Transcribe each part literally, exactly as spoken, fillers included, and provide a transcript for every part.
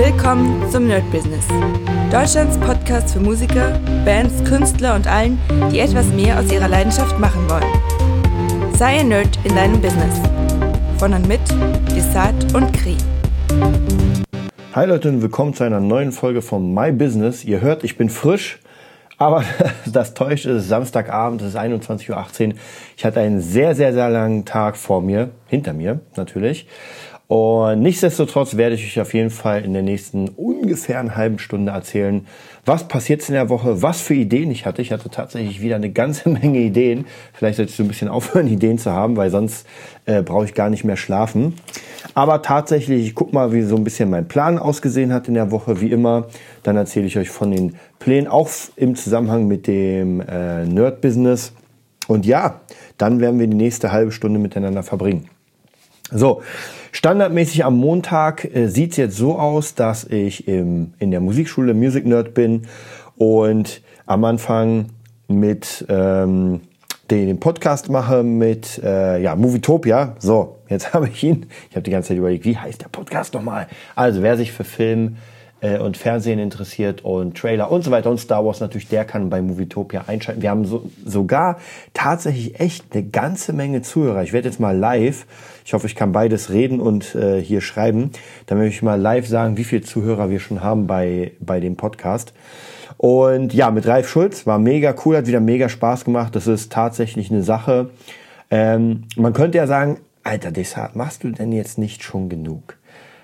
Willkommen zum Nerd Business. Deutschlands Podcast für Musiker, Bands, Künstler und allen, die etwas mehr aus ihrer Leidenschaft machen wollen. Sei ein Nerd in deinem Business. Von und mit Desart und Kri. Hi Leute und willkommen zu einer neuen Folge von My Business. Ihr hört, ich bin frisch, aber das täuscht, es ist Samstagabend, es ist einundzwanzig Uhr achtzehn. Ich hatte einen sehr, sehr, sehr langen Tag vor mir, hinter mir natürlich. Und nichtsdestotrotz werde ich euch auf jeden Fall in der nächsten ungefähr einer halben Stunde erzählen, was passiert in der Woche, was für Ideen ich hatte. Ich hatte tatsächlich wieder eine ganze Menge Ideen. Vielleicht sollte ich so ein bisschen aufhören, Ideen zu haben, weil sonst äh, brauche ich gar nicht mehr schlafen. Aber tatsächlich, ich gucke mal, wie so ein bisschen mein Plan ausgesehen hat in der Woche, wie immer. Dann erzähle ich euch von den Plänen, auch im Zusammenhang mit dem äh, Nerd-Business. Und ja, dann werden wir die nächste halbe Stunde miteinander verbringen. So, standardmäßig am Montag äh, sieht es jetzt so aus, dass ich im, in der Musikschule Music Nerd bin und am Anfang mit ähm, den, den Podcast mache mit äh, ja, Movietopia. So, jetzt habe ich ihn. Ich habe die ganze Zeit überlegt, wie heißt der Podcast nochmal? Also, wer sich für Film äh, und Fernsehen interessiert und Trailer und so weiter und Star Wars natürlich, der kann bei Movietopia einschalten. Wir haben so, sogar tatsächlich echt eine ganze Menge Zuhörer. Ich werde jetzt mal live, ich hoffe, ich kann beides reden und äh, hier schreiben, dann möchte ich mal live sagen, wie viele Zuhörer wir schon haben bei, bei dem Podcast. Und ja, mit Ralf Schulz war mega cool, hat wieder mega Spaß gemacht. Das ist tatsächlich eine Sache. Ähm, man könnte ja sagen, Alter, Desart, machst du denn jetzt nicht schon genug?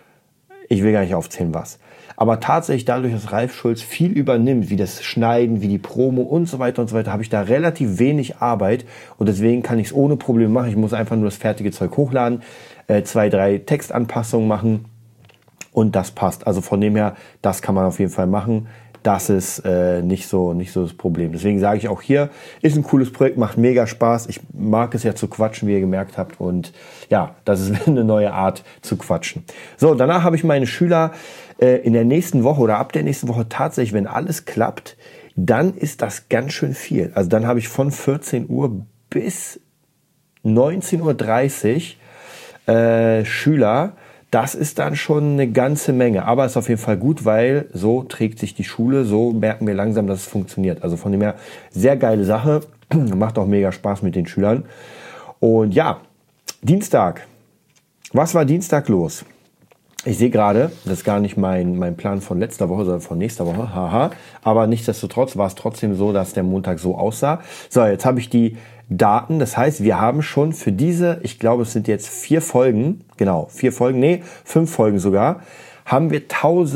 Ich will gar nicht aufzählen, was. Aber tatsächlich dadurch, dass Ralf Schulz viel übernimmt, wie das Schneiden, wie die Promo und so weiter und so weiter, habe ich da relativ wenig Arbeit und deswegen kann ich es ohne Probleme machen. Ich muss einfach nur das fertige Zeug hochladen, äh, zwei, drei Textanpassungen machen und das passt. Also von dem her, das kann man auf jeden Fall machen. Das ist äh, nicht so nicht so das Problem. Deswegen sage ich auch hier, ist ein cooles Projekt, macht mega Spaß. Ich mag es ja zu quatschen, wie ihr gemerkt habt. Und ja, das ist eine neue Art zu quatschen. So, danach habe ich meine Schüler äh, in der nächsten Woche oder ab der nächsten Woche tatsächlich, wenn alles klappt, dann ist das ganz schön viel. Also dann habe ich von vierzehn Uhr bis neunzehn Uhr dreißig äh, Schüler. Das ist dann schon eine ganze Menge, aber ist auf jeden Fall gut, weil so trägt sich die Schule, so merken wir langsam, dass es funktioniert. Also von dem her, sehr geile Sache, macht auch mega Spaß mit den Schülern. Und ja, Dienstag, was war Dienstag los? Ich sehe gerade, das ist gar nicht mein, mein Plan von letzter Woche, sondern von nächster Woche, haha. Aber nichtsdestotrotz war es trotzdem so, dass der Montag so aussah. So, jetzt habe ich die Daten, das heißt, wir haben schon für diese, ich glaube, es sind jetzt vier Folgen, genau, vier Folgen, nee, fünf Folgen sogar, haben wir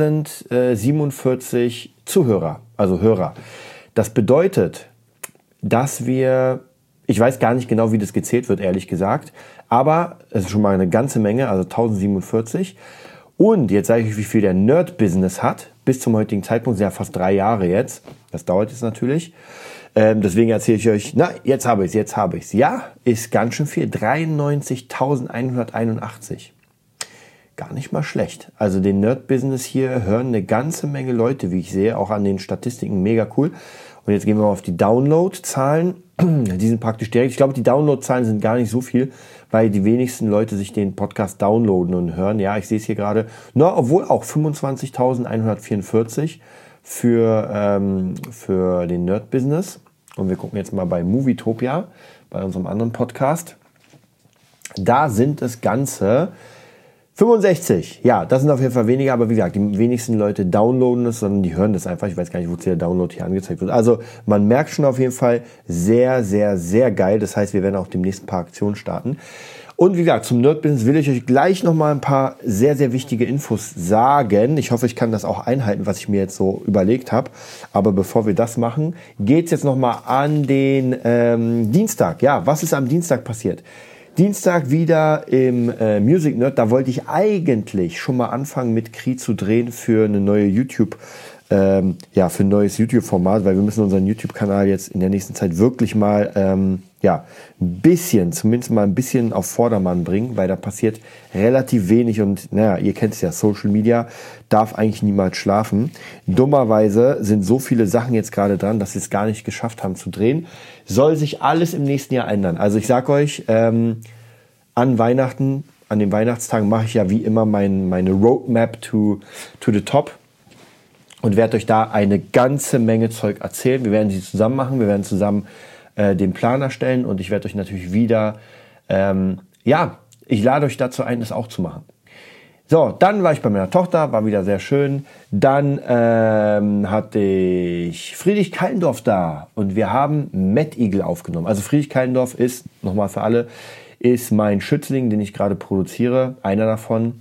tausendsiebenundvierzig Zuhörer, also Hörer. Das bedeutet, dass wir, ich weiß gar nicht genau, wie das gezählt wird, ehrlich gesagt, aber es ist schon mal eine ganze Menge, also tausendsiebenundvierzig. Und jetzt sage ich euch, wie viel der Nerd-Business hat, bis zum heutigen Zeitpunkt, sind ja fast drei Jahre jetzt, das dauert jetzt natürlich. Ähm, deswegen erzähle ich euch, na, jetzt habe ich es, jetzt habe ich es. Ja, ist ganz schön viel, dreiundneunzigtausendeinhunderteinundachtzig. Gar nicht mal schlecht. Also den Nerd-Business hier hören eine ganze Menge Leute, wie ich sehe, auch an den Statistiken, mega cool. Und jetzt gehen wir mal auf die Download-Zahlen. Die sind praktisch direkt, ich glaube, die Download-Zahlen sind gar nicht so viel, weil die wenigsten Leute sich den Podcast downloaden und hören. Ja, ich sehe es hier gerade. Na, obwohl auch fünfundzwanzigtausendeinhundertvierundvierzig für, ähm, für den Nerd-Business. Und wir gucken jetzt mal bei Movietopia, bei unserem anderen Podcast. Da sind es ganze fünfundsechzig. Ja, das sind auf jeden Fall weniger, aber wie gesagt, die wenigsten Leute downloaden es, sondern die hören das einfach. Ich weiß gar nicht, wozu der Download hier angezeigt wird. Also man merkt schon auf jeden Fall, sehr, sehr, sehr geil. Das heißt, wir werden auch demnächst ein paar Aktionen starten. Und wie gesagt, zum Nerd-Business will ich euch gleich nochmal ein paar sehr, sehr wichtige Infos sagen. Ich hoffe, ich kann das auch einhalten, was ich mir jetzt so überlegt habe. Aber bevor wir das machen, geht's jetzt nochmal an den ähm, Dienstag. Ja, was ist am Dienstag passiert? Dienstag wieder im äh, Music Nerd. Da wollte ich eigentlich schon mal anfangen, mit Kri zu drehen für eine neue YouTube, ähm, ja, für ein neues YouTube-Format, weil wir müssen unseren YouTube-Kanal jetzt in der nächsten Zeit wirklich mal, ähm, ja, ein bisschen, zumindest mal ein bisschen auf Vordermann bringen, weil da passiert relativ wenig und, naja, ihr kennt es ja, Social Media darf eigentlich niemals schlafen. Dummerweise sind so viele Sachen jetzt gerade dran, dass sie es gar nicht geschafft haben zu drehen. Soll sich alles im nächsten Jahr ändern. Also ich sag euch, ähm, an Weihnachten an den Weihnachtstagen mache ich ja wie immer mein, meine Roadmap to, to the top und werde euch da eine ganze Menge Zeug erzählen. Wir werden sie zusammen machen, wir werden zusammen äh, den Plan erstellen und ich werde euch natürlich wieder, ähm, ja, ich lade euch dazu ein, das auch zu machen. So, dann war ich bei meiner Tochter, war wieder sehr schön. Dann ähm, hatte ich Friedrich Keindorf da und wir haben Mad Eagle aufgenommen. Also Friedrich Keindorf ist, nochmal für alle, ist mein Schützling, den ich gerade produziere, einer davon.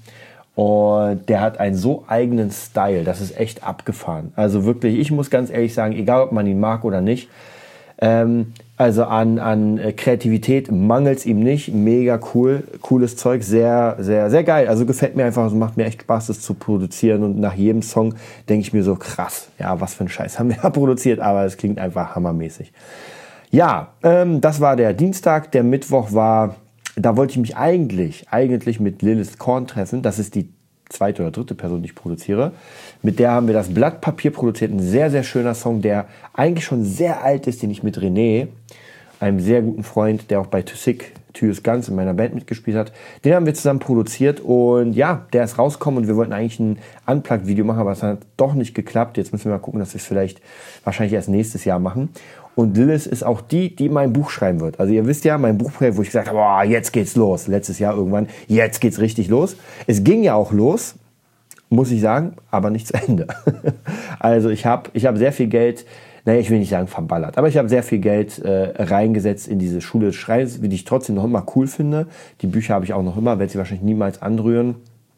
Und der hat einen so eigenen Style, das ist echt abgefahren. Also wirklich, ich muss ganz ehrlich sagen, egal ob man ihn mag oder nicht, ähm, also an, an Kreativität mangelt es ihm nicht. Mega cool, cooles Zeug, sehr, sehr, sehr geil. Also gefällt mir einfach, es macht mir echt Spaß, das zu produzieren. Und nach jedem Song denke ich mir so, krass, ja, was für ein Scheiß haben wir da produziert. Aber es klingt einfach hammermäßig. Ja, ähm, das war der Dienstag. Der Mittwoch war, da wollte ich mich eigentlich, eigentlich mit Lilith Korn treffen. Das ist die zweite oder dritte Person, die ich produziere. Mit der haben wir das Blatt Papier produziert. Ein sehr, sehr schöner Song, der eigentlich schon sehr alt ist, den ich mit René, einem sehr guten Freund, der auch bei To Sick, Tyus Ganz in meiner Band mitgespielt hat, den haben wir zusammen produziert und ja, der ist rausgekommen und wir wollten eigentlich ein Unplugged-Video machen, aber es hat doch nicht geklappt. Jetzt müssen wir mal gucken, dass wir es vielleicht wahrscheinlich erst nächstes Jahr machen. Und Lilith ist auch die, die mein Buch schreiben wird. Also ihr wisst ja, mein Buchprojekt, wo ich gesagt habe, boah, jetzt geht's los. Letztes Jahr irgendwann, jetzt geht's richtig los. Es ging ja auch los, muss ich sagen, aber nicht zu Ende. Also ich habe ich hab sehr viel Geld, naja, ich will nicht sagen verballert, aber ich habe sehr viel Geld äh, reingesetzt in diese Schule des Schreibens, die ich trotzdem noch immer cool finde. Die Bücher habe ich auch noch immer, werde sie wahrscheinlich niemals anrühren.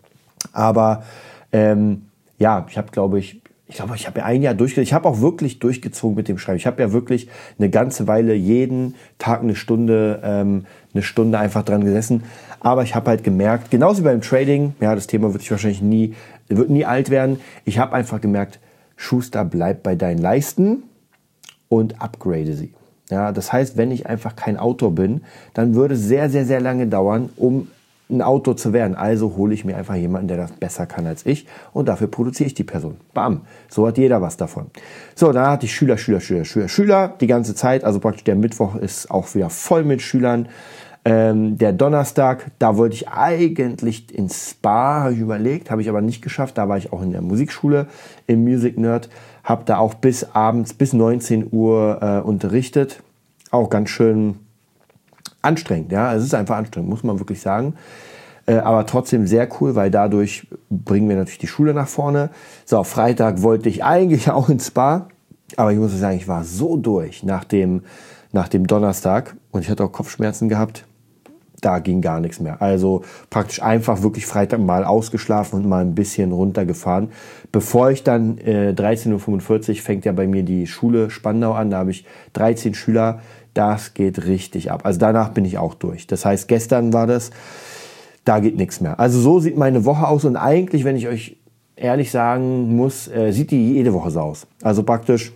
Aber ähm, ja, ich habe, glaube ich, Ich glaube, ich habe ja ein Jahr durchgezogen. Ich habe auch wirklich durchgezogen mit dem Schreiben. Ich habe ja wirklich eine ganze Weile jeden Tag eine Stunde, ähm, eine Stunde einfach dran gesessen. Aber ich habe halt gemerkt, genauso wie beim Trading, ja, das Thema wird sich wahrscheinlich nie, wird nie alt werden. Ich habe einfach gemerkt, Schuster, bleib bei deinen Leisten und upgrade sie. Ja, das heißt, wenn ich einfach kein Autor bin, dann würde es sehr, sehr, sehr lange dauern, um ein Autor zu werden. Also hole ich mir einfach jemanden, der das besser kann als ich und dafür produziere ich die Person. Bam. So hat jeder was davon. So, da hatte ich Schüler, Schüler, Schüler, Schüler, Schüler die ganze Zeit. Also praktisch der Mittwoch ist auch wieder voll mit Schülern. Ähm, der Donnerstag, da wollte ich eigentlich ins Spa, habe ich überlegt, habe ich aber nicht geschafft. Da war ich auch in der Musikschule im Music Nerd, habe da auch bis abends, bis neunzehn Uhr äh, unterrichtet. Auch ganz schön anstrengend, ja, es ist einfach anstrengend, muss man wirklich sagen, äh, aber trotzdem sehr cool, weil dadurch bringen wir natürlich die Schule nach vorne. So, Freitag wollte ich eigentlich auch ins Spa, aber ich muss sagen, ich war so durch nach dem, nach dem Donnerstag und ich hatte auch Kopfschmerzen gehabt, da ging gar nichts mehr. Also praktisch einfach wirklich Freitag mal ausgeschlafen und mal ein bisschen runtergefahren. Bevor ich dann äh, dreizehn Uhr fünfundvierzig fängt ja bei mir die Schule Spandau an, da habe ich dreizehn Schüler. Das geht richtig ab. Also danach bin ich auch durch. Das heißt, gestern war das, da geht nichts mehr. Also so sieht meine Woche aus und eigentlich, wenn ich euch ehrlich sagen muss, äh, sieht die jede Woche so aus. Also praktisch,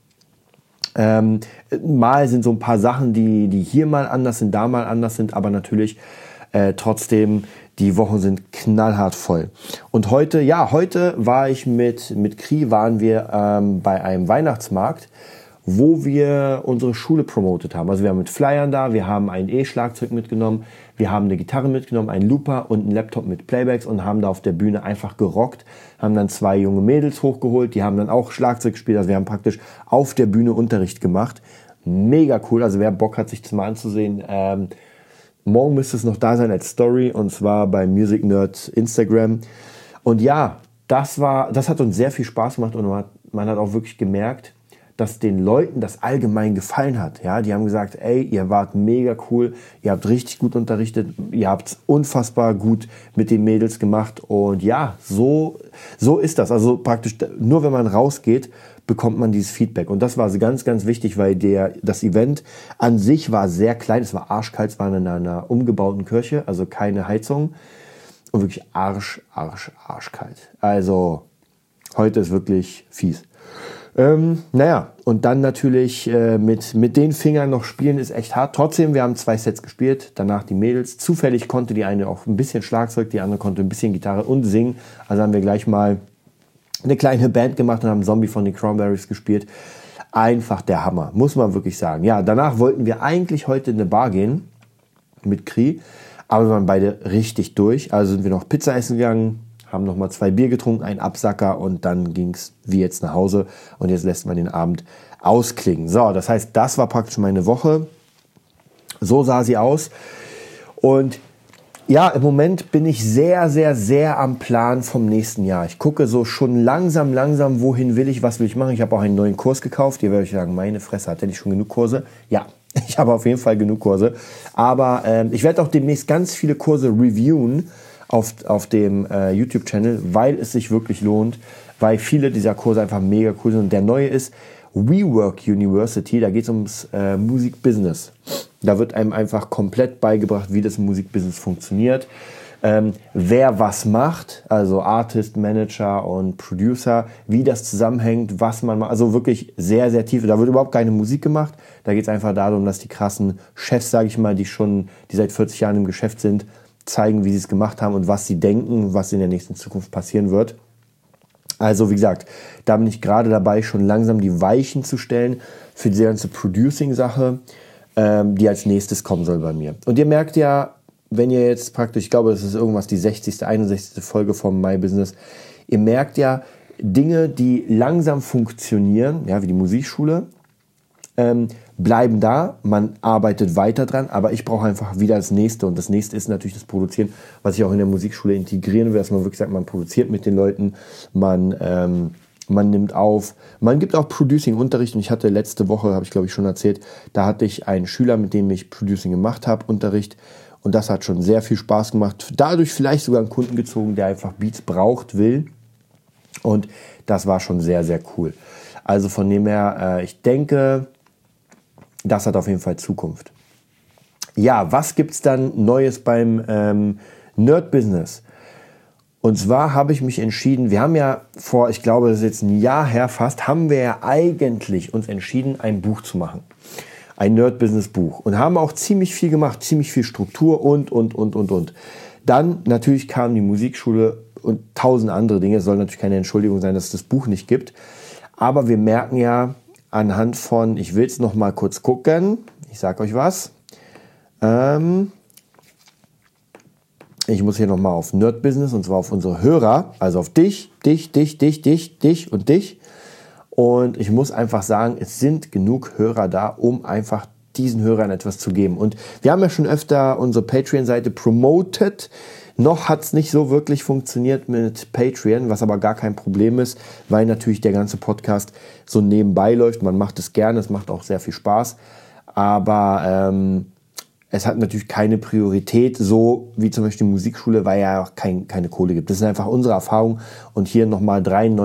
ähm, mal sind so ein paar Sachen, die, die hier mal anders sind, da mal anders sind, aber natürlich äh, trotzdem, die Wochen sind knallhart voll. Und heute, ja, heute war ich mit, mit Kri, waren wir ähm, bei einem Weihnachtsmarkt, wo wir unsere Schule promotet haben. Also wir haben mit Flyern da, wir haben ein E-Schlagzeug mitgenommen, wir haben eine Gitarre mitgenommen, einen Looper und einen Laptop mit Playbacks und haben da auf der Bühne einfach gerockt, haben dann zwei junge Mädels hochgeholt, die haben dann auch Schlagzeug gespielt, also wir haben praktisch auf der Bühne Unterricht gemacht. Mega cool, also wer Bock hat, sich das mal anzusehen, ähm, morgen müsste es noch da sein als Story und zwar bei Music Nerd Instagram. Und ja, das war, das hat uns sehr viel Spaß gemacht und man hat, man hat auch wirklich gemerkt, dass den Leuten das allgemein gefallen hat. Ja, die haben gesagt, ey, ihr wart mega cool, ihr habt richtig gut unterrichtet, ihr habt unfassbar gut mit den Mädels gemacht und ja, so, so ist das. Also praktisch nur wenn man rausgeht, bekommt man dieses Feedback und das war ganz, ganz wichtig, weil der, das Event an sich war sehr klein, es war arschkalt, es war in einer umgebauten Kirche, also keine Heizung und wirklich arsch, arsch, arschkalt. Also heute ist wirklich fies. Ähm, naja, und dann natürlich äh, mit, mit den Fingern noch spielen ist echt hart. Trotzdem, wir haben zwei Sets gespielt, danach die Mädels. Zufällig konnte die eine auch ein bisschen Schlagzeug, die andere konnte ein bisschen Gitarre und singen. Also haben wir gleich mal eine kleine Band gemacht und haben Zombie von den Cranberries gespielt. Einfach der Hammer, muss man wirklich sagen. Ja, danach wollten wir eigentlich heute in eine Bar gehen mit Kri. Aber wir waren beide richtig durch. Also sind wir noch Pizza essen gegangen, haben nochmal zwei Bier getrunken, einen Absacker und dann ging es wie jetzt nach Hause. Und jetzt lässt man den Abend ausklingen. So, das heißt, das war praktisch meine Woche. So sah sie aus. Und ja, im Moment bin ich sehr, sehr, sehr am Plan vom nächsten Jahr. Ich gucke so schon langsam, langsam, wohin will ich, was will ich machen. Ich habe auch einen neuen Kurs gekauft. Ihr werdet euch sagen, meine Fresse, hat der nicht schon genug Kurse? Ja, ich habe auf jeden Fall genug Kurse. Aber ähm, ich werde auch demnächst ganz viele Kurse reviewen auf, auf dem äh, YouTube-Channel, weil es sich wirklich lohnt, weil viele dieser Kurse einfach mega cool sind. Und der neue ist WeWork University, da geht es ums äh, Musikbusiness. Da wird einem einfach komplett beigebracht, wie das Musikbusiness funktioniert, ähm, wer was macht, also Artist, Manager und Producer, wie das zusammenhängt, was man macht, also wirklich sehr, sehr tief. Da wird überhaupt keine Musik gemacht, da geht es einfach darum, dass die krassen Chefs, sage ich mal, die schon, die seit vierzig Jahren im Geschäft sind, zeigen, wie sie es gemacht haben und was sie denken, was in der nächsten Zukunft passieren wird. Also wie gesagt, da bin ich gerade dabei, schon langsam die Weichen zu stellen für diese ganze Producing-Sache, ähm, die als nächstes kommen soll bei mir. Und ihr merkt ja, wenn ihr jetzt praktisch, ich glaube, das ist irgendwas die sechzigste, einundsechzigste Folge vom My Business, ihr merkt ja Dinge, die langsam funktionieren, ja, wie die Musikschule, ähm, bleiben da, man arbeitet weiter dran, aber ich brauche einfach wieder das Nächste und das Nächste ist natürlich das Produzieren, was ich auch in der Musikschule integrieren will, dass man wirklich sagt, man produziert mit den Leuten, man, ähm, man nimmt auf, man gibt auch Producing-Unterricht und ich hatte letzte Woche, habe ich glaube ich schon erzählt, da hatte ich einen Schüler, mit dem ich Producing gemacht habe, Unterricht und das hat schon sehr viel Spaß gemacht, dadurch vielleicht sogar einen Kunden gezogen, der einfach Beats braucht, will und das war schon sehr, sehr cool. Also von dem her, äh, ich denke, das hat auf jeden Fall Zukunft. Ja, was gibt's dann Neues beim ähm, Nerd-Business? Und zwar habe ich mich entschieden, wir haben ja vor, ich glaube, das ist jetzt ein Jahr her fast, haben wir ja eigentlich uns entschieden, ein Buch zu machen. Ein Nerd-Business-Buch. Und haben auch ziemlich viel gemacht, ziemlich viel Struktur und, und, und, und, und. Dann natürlich kam die Musikschule und tausend andere Dinge. Es soll natürlich keine Entschuldigung sein, dass es das Buch nicht gibt. Aber wir merken ja, anhand von, ich will es noch mal kurz gucken, ich sage euch was, ähm, ich muss hier noch mal auf Nerd Business und zwar auf unsere Hörer, also auf dich, dich, dich, dich, dich, dich und dich und ich muss einfach sagen, es sind genug Hörer da, um einfach diesen Hörern etwas zu geben und wir haben ja schon öfter unsere Patreon-Seite promoted. Noch hat es nicht so wirklich funktioniert mit Patreon, was aber gar kein Problem ist, weil natürlich der ganze Podcast so nebenbei läuft. Man macht es gerne, es macht auch sehr viel Spaß, aber ähm, es hat natürlich keine Priorität, so wie zum Beispiel die Musikschule, weil ja auch kein, keine Kohle gibt. Das ist einfach unsere Erfahrung und hier nochmal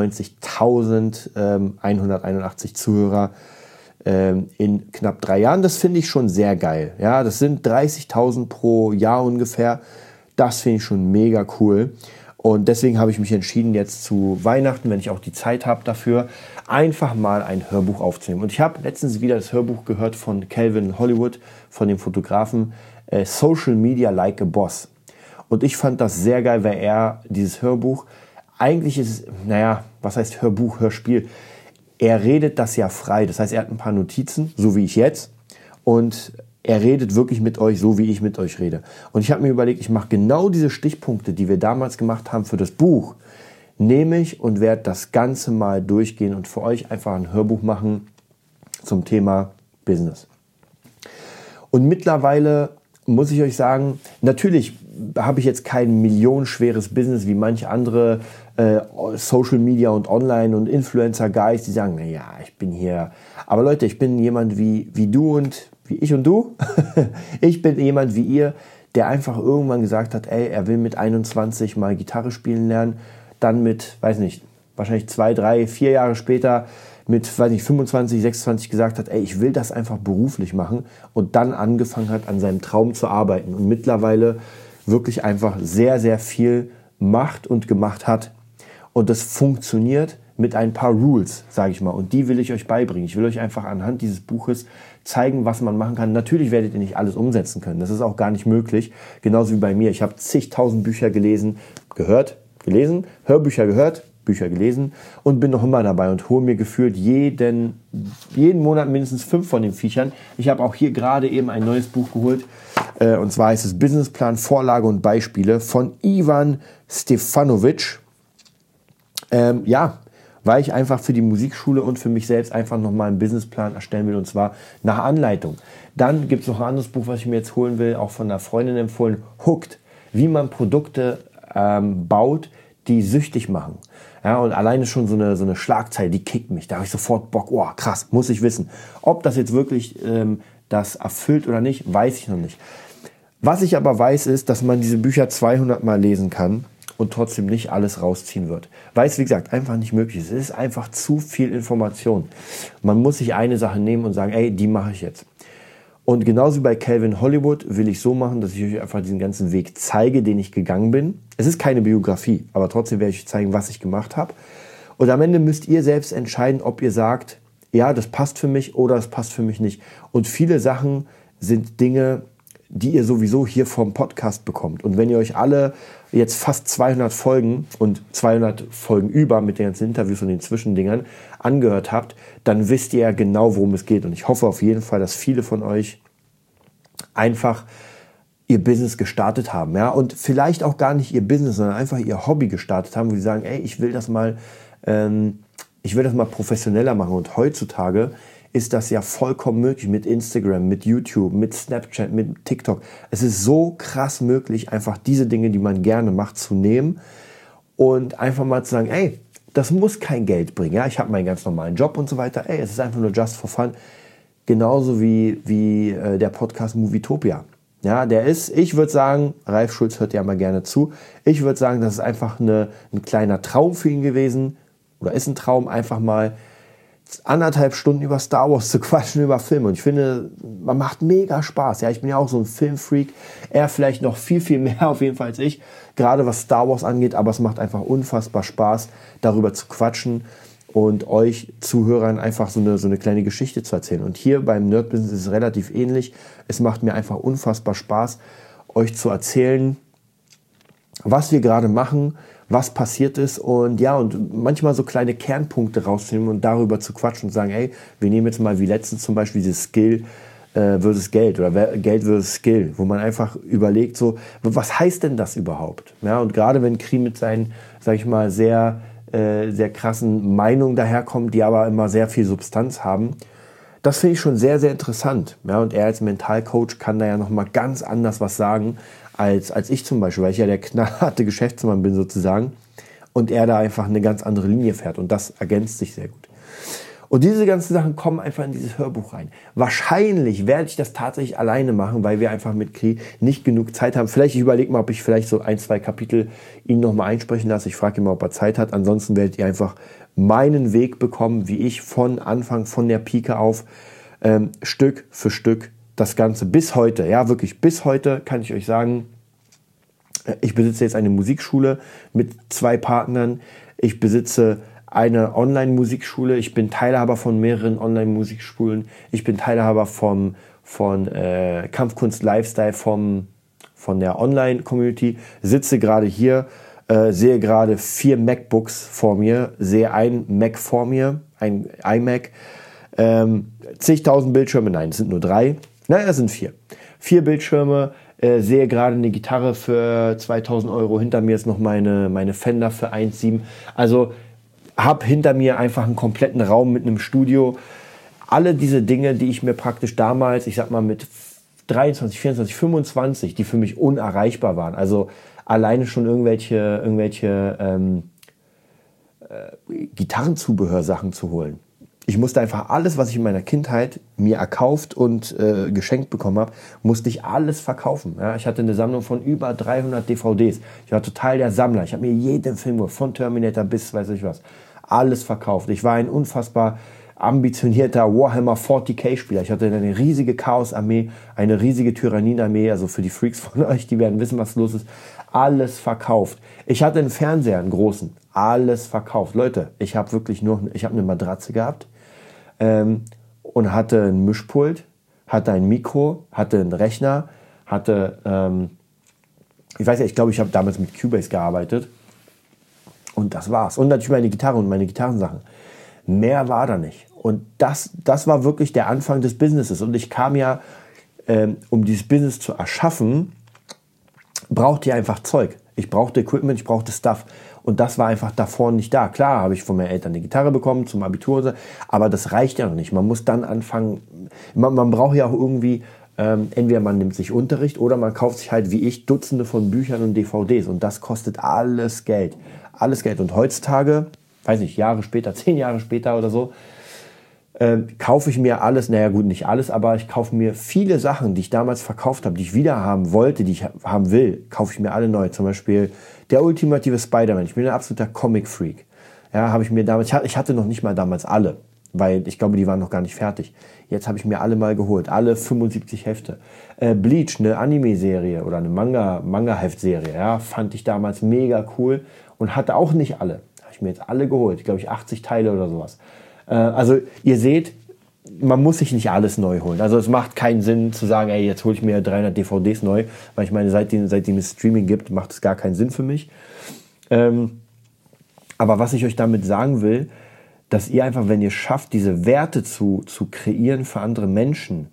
dreiundneunzigtausendeinhunderteinundachtzig Zuhörer ähm, in knapp drei Jahren. Das finde ich schon sehr geil. Ja, das sind dreißigtausend pro Jahr ungefähr. Das finde ich schon mega cool und deswegen habe ich mich entschieden, jetzt zu Weihnachten, wenn ich auch die Zeit habe dafür, einfach mal ein Hörbuch aufzunehmen. Und ich habe letztens wieder das Hörbuch gehört von Calvin Hollywood, von dem Fotografen äh, Social Media Like a Boss. Und ich fand das sehr geil, weil er dieses Hörbuch, eigentlich ist es, naja, was heißt Hörbuch, Hörspiel? Er redet das ja frei, das heißt, er hat ein paar Notizen, so wie ich jetzt, und er redet wirklich mit euch, so wie ich mit euch rede. Und ich habe mir überlegt, ich mache genau diese Stichpunkte, die wir damals gemacht haben für das Buch, nehme ich und werde das Ganze mal durchgehen und für euch einfach ein Hörbuch machen zum Thema Business. Und mittlerweile muss ich euch sagen, natürlich habe ich jetzt kein millionenschweres Business wie manche andere äh, Social Media und Online und Influencer Guys, die sagen, naja, ich bin hier. Aber Leute, ich bin jemand wie, wie du und wie ich und du. Ich bin jemand wie ihr, der einfach irgendwann gesagt hat, ey, er will mit einundzwanzig mal Gitarre spielen lernen, dann mit, weiß nicht, wahrscheinlich zwei, drei, vier Jahre später mit, weiß nicht, fünfundzwanzig, sechsundzwanzig gesagt hat, ey, ich will das einfach beruflich machen und dann angefangen hat, an seinem Traum zu arbeiten und mittlerweile wirklich einfach sehr, sehr viel macht und gemacht hat. Und das funktioniert mit ein paar Rules, sage ich mal. Und die will ich euch beibringen. Ich will euch einfach anhand dieses Buches zeigen, was man machen kann. Natürlich werdet ihr nicht alles umsetzen können. Das ist auch gar nicht möglich. Genauso wie bei mir. Ich habe zigtausend Bücher gelesen, gehört, gelesen, Hörbücher gehört, Bücher gelesen und bin noch immer dabei und hole mir gefühlt jeden, jeden Monat mindestens fünf von den Viechern. Ich habe auch hier gerade eben ein neues Buch geholt. Äh, und zwar heißt es Businessplan, Vorlage und Beispiele von Ivan Stefanovic. Ähm, ja, weil ich einfach für die Musikschule und für mich selbst einfach nochmal einen Businessplan erstellen will, und zwar nach Anleitung. Dann gibt es noch ein anderes Buch, was ich mir jetzt holen will, auch von einer Freundin empfohlen, Hooked, wie man Produkte ähm, baut, die süchtig machen. Ja, und alleine schon so eine, so eine Schlagzeile, die kickt mich. Da habe ich sofort Bock, oh krass, muss ich wissen. Ob das jetzt wirklich ähm, das erfüllt oder nicht, weiß ich noch nicht. Was ich aber weiß, ist, dass man diese Bücher zweihundert Mal lesen kann und trotzdem nicht alles rausziehen wird. Weil es, wie gesagt, einfach nicht möglich ist. Es ist einfach zu viel Information. Man muss sich eine Sache nehmen und sagen, ey, die mache ich jetzt. Und genauso wie bei Calvin Hollywood will ich so machen, dass ich euch einfach diesen ganzen Weg zeige, den ich gegangen bin. Es ist keine Biografie, aber trotzdem werde ich euch zeigen, was ich gemacht habe. Und am Ende müsst ihr selbst entscheiden, ob ihr sagt, ja, das passt für mich oder das passt für mich nicht. Und viele Sachen sind Dinge, die ihr sowieso hier vom Podcast bekommt. Und wenn ihr euch alle jetzt fast zweihundert Folgen und zweihundert Folgen über mit den ganzen Interviews und den Zwischendingern angehört habt, dann wisst ihr ja genau, worum es geht. Und ich hoffe auf jeden Fall, dass viele von euch einfach ihr Business gestartet haben. Ja? Und vielleicht auch gar nicht ihr Business, sondern einfach ihr Hobby gestartet haben, wo sie sagen, ey, ich will das mal, ähm, ich will das mal professioneller machen. Und heutzutage ist das ja vollkommen möglich mit Instagram, mit YouTube, mit Snapchat, mit TikTok. Es ist so krass möglich, einfach diese Dinge, die man gerne macht, zu nehmen und einfach mal zu sagen, ey, das muss kein Geld bringen. Ja, ich habe meinen ganz normalen Job und so weiter. Ey, es ist einfach nur just for fun. Genauso wie, wie äh, der Podcast Movietopia. Ja, der ist, ich würde sagen, Ralf Schulz hört ja mal gerne zu, ich würde sagen, das ist einfach eine, ein kleiner Traum für ihn gewesen oder ist ein Traum, einfach mal anderthalb Stunden über Star Wars zu quatschen, über Filme. Und ich finde, man macht mega Spaß. Ja, ich bin ja auch so ein Filmfreak. Er vielleicht noch viel, viel mehr auf jeden Fall als ich. Gerade was Star Wars angeht. Aber es macht einfach unfassbar Spaß, darüber zu quatschen und euch Zuhörern einfach so eine, so eine kleine Geschichte zu erzählen. Und hier beim Nerd Business ist es relativ ähnlich. Es macht mir einfach unfassbar Spaß, euch zu erzählen, was wir gerade machen, was passiert ist und ja, und manchmal so kleine Kernpunkte rauszunehmen und darüber zu quatschen und sagen, ey, wir nehmen jetzt mal wie letztens zum Beispiel dieses Skill äh, versus Geld oder Geld versus Skill, wo man einfach überlegt, so, was heißt denn das überhaupt? Ja, und gerade wenn Kri mit seinen, sag ich mal, sehr, äh, sehr krassen Meinungen daherkommt, die aber immer sehr viel Substanz haben, das finde ich schon sehr, sehr interessant. Ja, und er als Mentalcoach kann da ja nochmal ganz anders was sagen, als, als ich zum Beispiel, weil ich ja der knallharte Geschäftsmann bin sozusagen und er da einfach eine ganz andere Linie fährt und das ergänzt sich sehr gut. Und diese ganzen Sachen kommen einfach in dieses Hörbuch rein. Wahrscheinlich werde ich das tatsächlich alleine machen, weil wir einfach mit Kri nicht genug Zeit haben. Vielleicht, ich überlege mal, ob ich vielleicht so ein, zwei Kapitel ihn nochmal einsprechen lasse. Ich frage ihn mal, ob er Zeit hat. Ansonsten werdet ihr einfach meinen Weg bekommen, wie ich von Anfang, von der Pike auf, ähm, Stück für Stück das Ganze bis heute, ja wirklich bis heute kann ich euch sagen, ich besitze jetzt eine Musikschule mit zwei Partnern, ich besitze eine Online-Musikschule, ich bin Teilhaber von mehreren Online-Musikschulen, ich bin Teilhaber vom, von äh, Kampfkunst Lifestyle vom, von der Online-Community, sitze gerade hier, äh, sehe gerade vier MacBooks vor mir, sehe ein Mac vor mir, ein iMac, ähm, zigtausend Bildschirme, nein, es sind nur drei. Nein, es sind vier. Vier Bildschirme, äh, sehe gerade eine Gitarre für zweitausend Euro. Hinter mir ist noch meine, meine Fender für eins Komma sieben. Also habe hinter mir einfach einen kompletten Raum mit einem Studio. Alle diese Dinge, die ich mir praktisch damals, ich sag mal mit dreiundzwanzig, vierundzwanzig, fünfundzwanzig, die für mich unerreichbar waren. Also alleine schon irgendwelche, irgendwelche ähm, äh, Gitarrenzubehörsachen zu holen. Ich musste einfach alles, was ich in meiner Kindheit mir erkauft und äh, geschenkt bekommen habe, musste ich alles verkaufen. Ja, ich hatte eine Sammlung von über dreihundert D V Ds. Ich war total der Sammler. Ich habe mir jeden Film, von Terminator bis weiß ich was, alles verkauft. Ich war ein unfassbar ambitionierter Warhammer vierzig K Spieler. Ich hatte eine riesige Chaos-Armee, eine riesige Tyrannien-Armee. Also für die Freaks von euch, die werden wissen, was los ist. Alles verkauft. Ich hatte einen Fernseher, einen großen. Alles verkauft. Leute, ich habe wirklich nur, ich habe eine Matratze gehabt. Ähm, und hatte ein Mischpult, hatte ein Mikro, hatte einen Rechner, hatte, ähm, ich weiß ja, ich glaube, ich habe damals mit Cubase gearbeitet Und das war's. Und natürlich meine Gitarre und meine Gitarrensachen. Mehr war da nicht. Und das, das war wirklich der Anfang des Businesses. Und ich kam ja, ähm, um dieses Business zu erschaffen, brauchte ich einfach Zeug. Ich brauchte Equipment, ich brauchte Stuff. Und das war einfach davor nicht da. Klar, habe ich von meinen Eltern eine Gitarre bekommen zum Abitur, aber das reicht ja noch nicht. Man muss dann anfangen, man, man braucht ja auch irgendwie, ähm, entweder man nimmt sich Unterricht oder man kauft sich halt, wie ich, Dutzende von Büchern und D V Ds. Und das kostet alles Geld. Alles Geld. Und heutzutage, weiß nicht, Jahre später, zehn Jahre später oder so, äh, kaufe ich mir alles, naja gut, nicht alles, aber ich kaufe mir viele Sachen, die ich damals verkauft habe, die ich wieder haben wollte, die ich haben will, kaufe ich mir alle neu. Zum Beispiel der ultimative Spider-Man. Ich bin ein absoluter Comic-Freak. Ja, habe ich mir damals, ich hatte noch nicht mal damals alle, weil ich glaube, die waren noch gar nicht fertig. Jetzt habe ich mir alle mal geholt, alle fünfundsiebzig Hefte. Äh, Bleach, eine Anime-Serie oder eine Manga, Manga-Heft-Serie, ja, fand ich damals mega cool und hatte auch nicht alle. Habe ich mir jetzt alle geholt, ich glaube ich achtzig Teile oder sowas. Äh, also ihr seht, man muss sich nicht alles neu holen. Also es macht keinen Sinn zu sagen, ey, jetzt hole ich mir dreihundert D V Ds neu, weil ich meine, seitdem, seitdem es Streaming gibt, macht es gar keinen Sinn für mich. Ähm, aber was ich euch damit sagen will, dass ihr einfach, wenn ihr schafft, diese Werte zu, zu kreieren für andere Menschen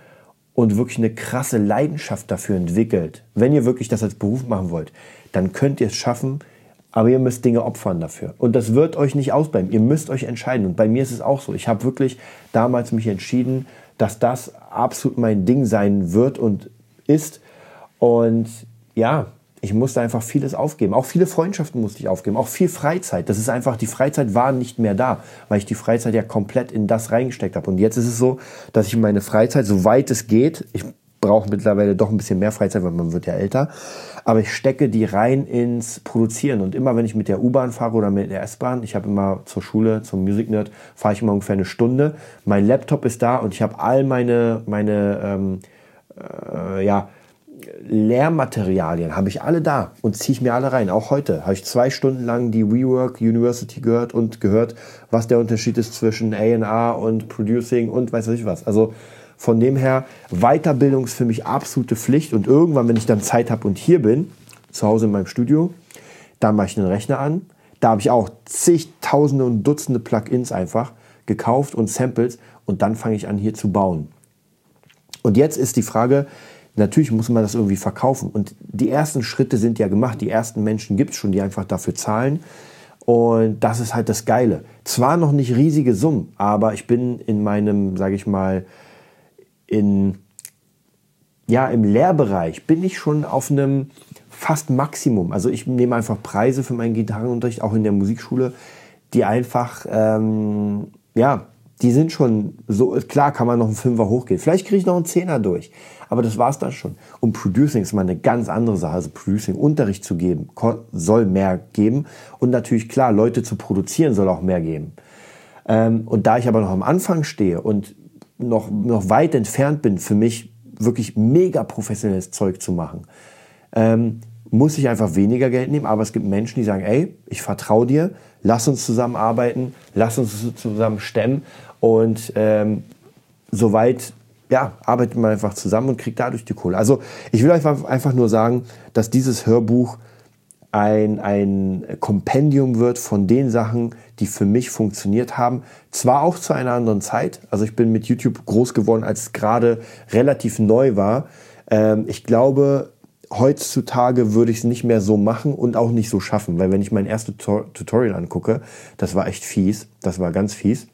und wirklich eine krasse Leidenschaft dafür entwickelt, wenn ihr wirklich das als Beruf machen wollt, dann könnt ihr es schaffen, aber ihr müsst Dinge opfern dafür. Und das wird euch nicht ausbleiben. Ihr müsst euch entscheiden. Und bei mir ist es auch so. Ich habe wirklich damals mich entschieden, dass das absolut mein Ding sein wird und ist. Und ja, ich musste einfach vieles aufgeben. Auch viele Freundschaften musste ich aufgeben. Auch viel Freizeit. Das ist einfach, die Freizeit war nicht mehr da, weil ich die Freizeit ja komplett in das reingesteckt habe. Und jetzt ist es so, dass ich meine Freizeit, soweit es geht, ich brauche mittlerweile doch ein bisschen mehr Freizeit, weil man wird ja älter, aber ich stecke die rein ins Produzieren. Und immer, wenn ich mit der U-Bahn fahre oder mit der S-Bahn, ich habe immer zur Schule, zum Music Nerd, fahre ich immer ungefähr eine Stunde. Mein Laptop ist da und ich habe all meine, meine ähm, äh, ja, Lehrmaterialien habe ich alle da und ziehe ich mir alle rein. Auch heute habe ich zwei Stunden lang die WeWork University gehört und gehört, was der Unterschied ist zwischen A and R und Producing und weiß ich was. Also von dem her, Weiterbildung ist für mich absolute Pflicht. Und irgendwann, wenn ich dann Zeit habe und hier bin, zu Hause in meinem Studio, dann mache ich den Rechner an. Da habe ich auch zigtausende und Dutzende Plugins einfach gekauft und Samples. Und dann fange ich an, hier zu bauen. Und jetzt ist die Frage, natürlich muss man das irgendwie verkaufen. Und die ersten Schritte sind ja gemacht. Die ersten Menschen gibt es schon, die einfach dafür zahlen. Und das ist halt das Geile. Zwar noch nicht riesige Summen, aber ich bin in meinem, sage ich mal, in, ja, im Lehrbereich bin ich schon auf einem fast Maximum. Also ich nehme einfach Preise für meinen Gitarrenunterricht, auch in der Musikschule, die einfach, ähm, ja, die sind schon so, klar kann man noch einen Fünfer hochgehen. Vielleicht kriege ich noch einen Zehner durch. Aber das war's dann schon. Und Producing ist mal eine ganz andere Sache. Also Producing, Unterricht zu geben, soll mehr geben. Und natürlich, klar, Leute zu produzieren soll auch mehr geben. Ähm, und da ich aber noch am Anfang stehe und noch, noch weit entfernt bin, für mich wirklich mega professionelles Zeug zu machen, ähm, muss ich einfach weniger Geld nehmen. Aber es gibt Menschen, die sagen, ey, ich vertraue dir, lass uns zusammenarbeiten, lass uns zusammen stemmen und ähm, soweit, ja, arbeitet man einfach zusammen und kriegt dadurch die Kohle. Also ich will einfach, einfach nur sagen, dass dieses Hörbuch ein, ein Kompendium wird von den Sachen, die für mich funktioniert haben. Zwar auch zu einer anderen Zeit. Also ich bin mit YouTube groß geworden, als es gerade relativ neu war. Ähm, ich glaube, heutzutage würde ich es nicht mehr so machen und auch nicht so schaffen. Weil wenn ich mein erstes Tutorial angucke, das war echt fies. Das war ganz fies.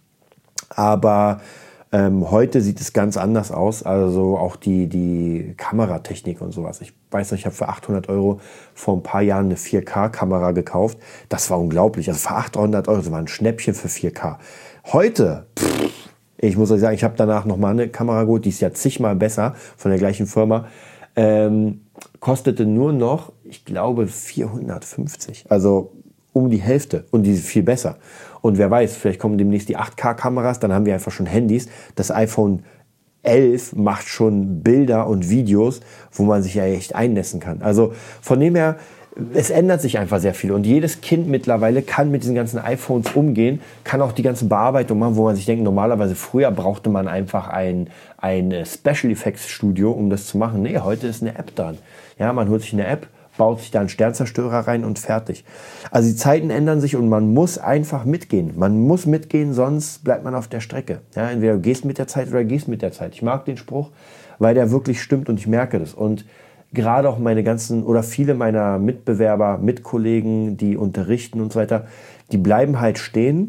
Aber Ähm, heute sieht es ganz anders aus, also auch die, die Kameratechnik und sowas. Ich weiß noch, ich habe für achthundert Euro vor ein paar Jahren eine vier K Kamera gekauft. Das war unglaublich. Also für achthundert Euro, das war ein Schnäppchen für vier K. Heute, pff, ich muss euch sagen, ich habe danach nochmal eine Kamera geholt, die ist ja zigmal besser, von der gleichen Firma. Ähm, kostete nur noch, ich glaube, vierhundertfünfzig. Also um die Hälfte und die ist viel besser. Und wer weiß, vielleicht kommen demnächst die acht K Kameras, dann haben wir einfach schon Handys. Das iPhone elf macht schon Bilder und Videos, wo man sich ja echt einnässen kann. Also von dem her, es ändert sich einfach sehr viel. Und jedes Kind mittlerweile kann mit diesen ganzen iPhones umgehen, kann auch die ganzen Bearbeitungen machen, wo man sich denkt, normalerweise früher brauchte man einfach ein, ein Special Effects Studio, um das zu machen. Nee, heute ist eine App dran. Ja, man holt sich eine App, baut sich da einen Sternzerstörer rein und fertig. Also die Zeiten ändern sich und man muss einfach mitgehen. Man muss mitgehen, sonst bleibt man auf der Strecke. Ja, entweder du gehst mit der Zeit oder gehst mit der Zeit. Ich mag den Spruch, weil der wirklich stimmt und ich merke das. Und gerade auch meine ganzen oder viele meiner Mitbewerber, Mitkollegen, die unterrichten und so weiter, die bleiben halt stehen.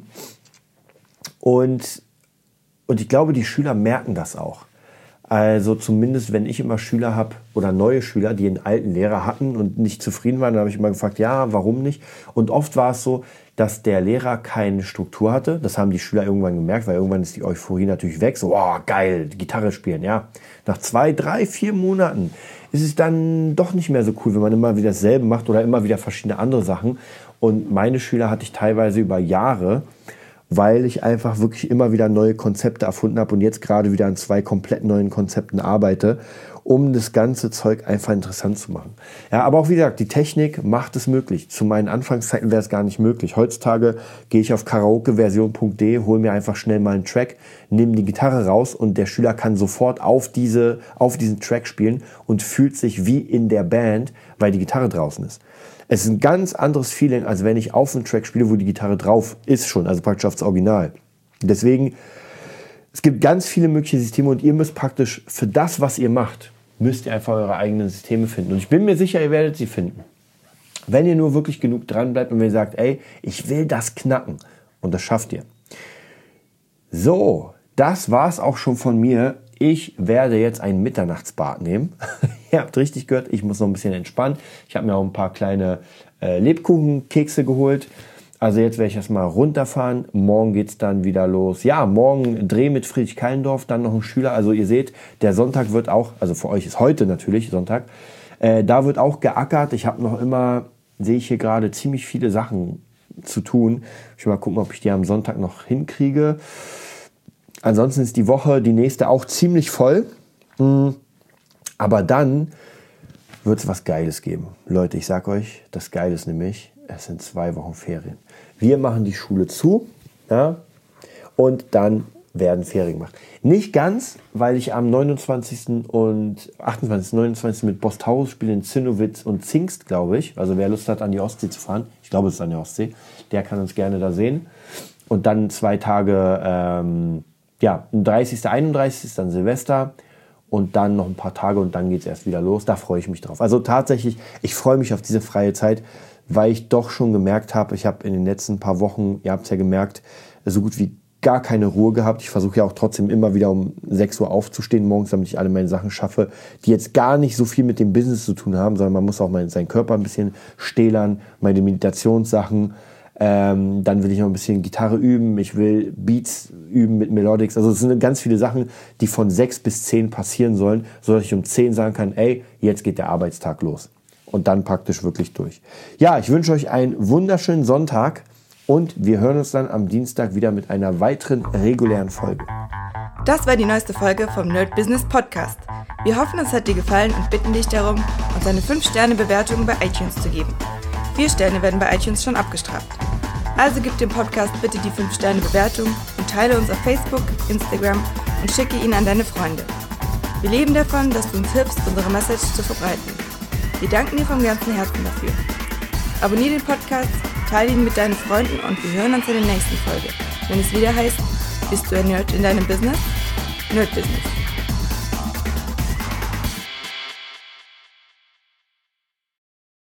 Und, und ich glaube, die Schüler merken das auch. Also zumindest, wenn ich immer Schüler habe oder neue Schüler, die einen alten Lehrer hatten und nicht zufrieden waren, dann habe ich immer gefragt, ja, warum nicht? Und oft war es so, dass der Lehrer keine Struktur hatte. Das haben die Schüler irgendwann gemerkt, weil irgendwann ist die Euphorie natürlich weg. So, oh, geil, Gitarre spielen, ja. Nach zwei, drei, vier Monaten ist es dann doch nicht mehr so cool, wenn man immer wieder dasselbe macht oder immer wieder verschiedene andere Sachen. Und meine Schüler hatte ich teilweise über Jahre, weil ich einfach wirklich immer wieder neue Konzepte erfunden habe und jetzt gerade wieder an zwei komplett neuen Konzepten arbeite, um das ganze Zeug einfach interessant zu machen. Ja, aber auch wie gesagt, die Technik macht es möglich. Zu meinen Anfangszeiten wäre es gar nicht möglich. Heutzutage gehe ich auf karaokeversion punkt de, hole mir einfach schnell mal einen Track, nehme die Gitarre raus und der Schüler kann sofort auf, diese, auf diesen Track spielen und fühlt sich wie in der Band, weil die Gitarre draußen ist. Es ist ein ganz anderes Feeling, als wenn ich auf einen Track spiele, wo die Gitarre drauf ist schon, also praktisch aufs Original. Deswegen, es gibt ganz viele mögliche Systeme und ihr müsst praktisch für das, was ihr macht, müsst ihr einfach eure eigenen Systeme finden. Und ich bin mir sicher, ihr werdet sie finden. Wenn ihr nur wirklich genug dran bleibt und wenn ihr sagt, ey, ich will das knacken. Und das schafft ihr. So, das war's auch schon von mir. Ich werde jetzt ein Mitternachtsbad nehmen. Ihr habt richtig gehört, ich muss noch ein bisschen entspannen. Ich habe mir auch ein paar kleine äh, Lebkuchenkekse geholt. Also jetzt werde ich erstmal runterfahren. Morgen geht's dann wieder los. Ja, morgen Dreh mit Friedrich Keilendorf, dann noch ein Schüler. Also ihr seht, der Sonntag wird auch, also für euch ist heute natürlich Sonntag, äh, da wird auch geackert. Ich habe noch immer, sehe ich hier gerade, ziemlich viele Sachen zu tun. Ich will mal gucken, ob ich die am Sonntag noch hinkriege. Ansonsten ist die Woche, die nächste, auch ziemlich voll. Aber dann wird es was Geiles geben. Leute, ich sag euch, das Geile ist nämlich, es sind zwei Wochen Ferien. Wir machen die Schule zu, ja, und dann werden Ferien gemacht. Nicht ganz, weil ich am neunundzwanzigsten und achtundzwanzigsten, neunundzwanzigsten mit Boss Taurus spiele in Zinnowitz und Zingst, glaube ich. Also wer Lust hat, an die Ostsee zu fahren, ich glaube, es ist an der Ostsee, der kann uns gerne da sehen. Und dann zwei Tage, ähm, ja, dreißigsten, einunddreißigsten dann Silvester und dann noch ein paar Tage und dann geht es erst wieder los. Da freue ich mich drauf. Also tatsächlich, ich freue mich auf diese freie Zeit, weil ich doch schon gemerkt habe, ich habe in den letzten paar Wochen, ihr habt es ja gemerkt, so gut wie gar keine Ruhe gehabt. Ich versuche ja auch trotzdem immer wieder um sechs Uhr aufzustehen morgens, damit ich alle meine Sachen schaffe, die jetzt gar nicht so viel mit dem Business zu tun haben, sondern man muss auch mal seinen Körper ein bisschen stählern, meine Meditationssachen. Ähm, dann will ich noch ein bisschen Gitarre üben, ich will Beats üben mit Melodics. Also es sind ganz viele Sachen, die von sechs bis zehn passieren sollen, sodass ich um zehn sagen kann, ey, jetzt geht der Arbeitstag los. Und dann praktisch wirklich durch. Ja, ich wünsche euch einen wunderschönen Sonntag und wir hören uns dann am Dienstag wieder mit einer weiteren regulären Folge. Das war die neueste Folge vom Nerd Business Podcast. Wir hoffen, es hat dir gefallen und bitten dich darum, uns eine fünf Sterne Bewertung bei iTunes zu geben. Vier Sterne werden bei iTunes schon abgestraft. Also gib dem Podcast bitte die fünf Sterne Bewertung und teile uns auf Facebook, Instagram und schicke ihn an deine Freunde. Wir leben davon, dass du uns hilfst, unsere Message zu verbreiten. Wir danken dir vom ganzen Herzen dafür. Abonnier den Podcast, teile ihn mit deinen Freunden und wir hören uns in der nächsten Folge, wenn es wieder heißt, bist du ein Nerd in deinem Business? Nerd Business.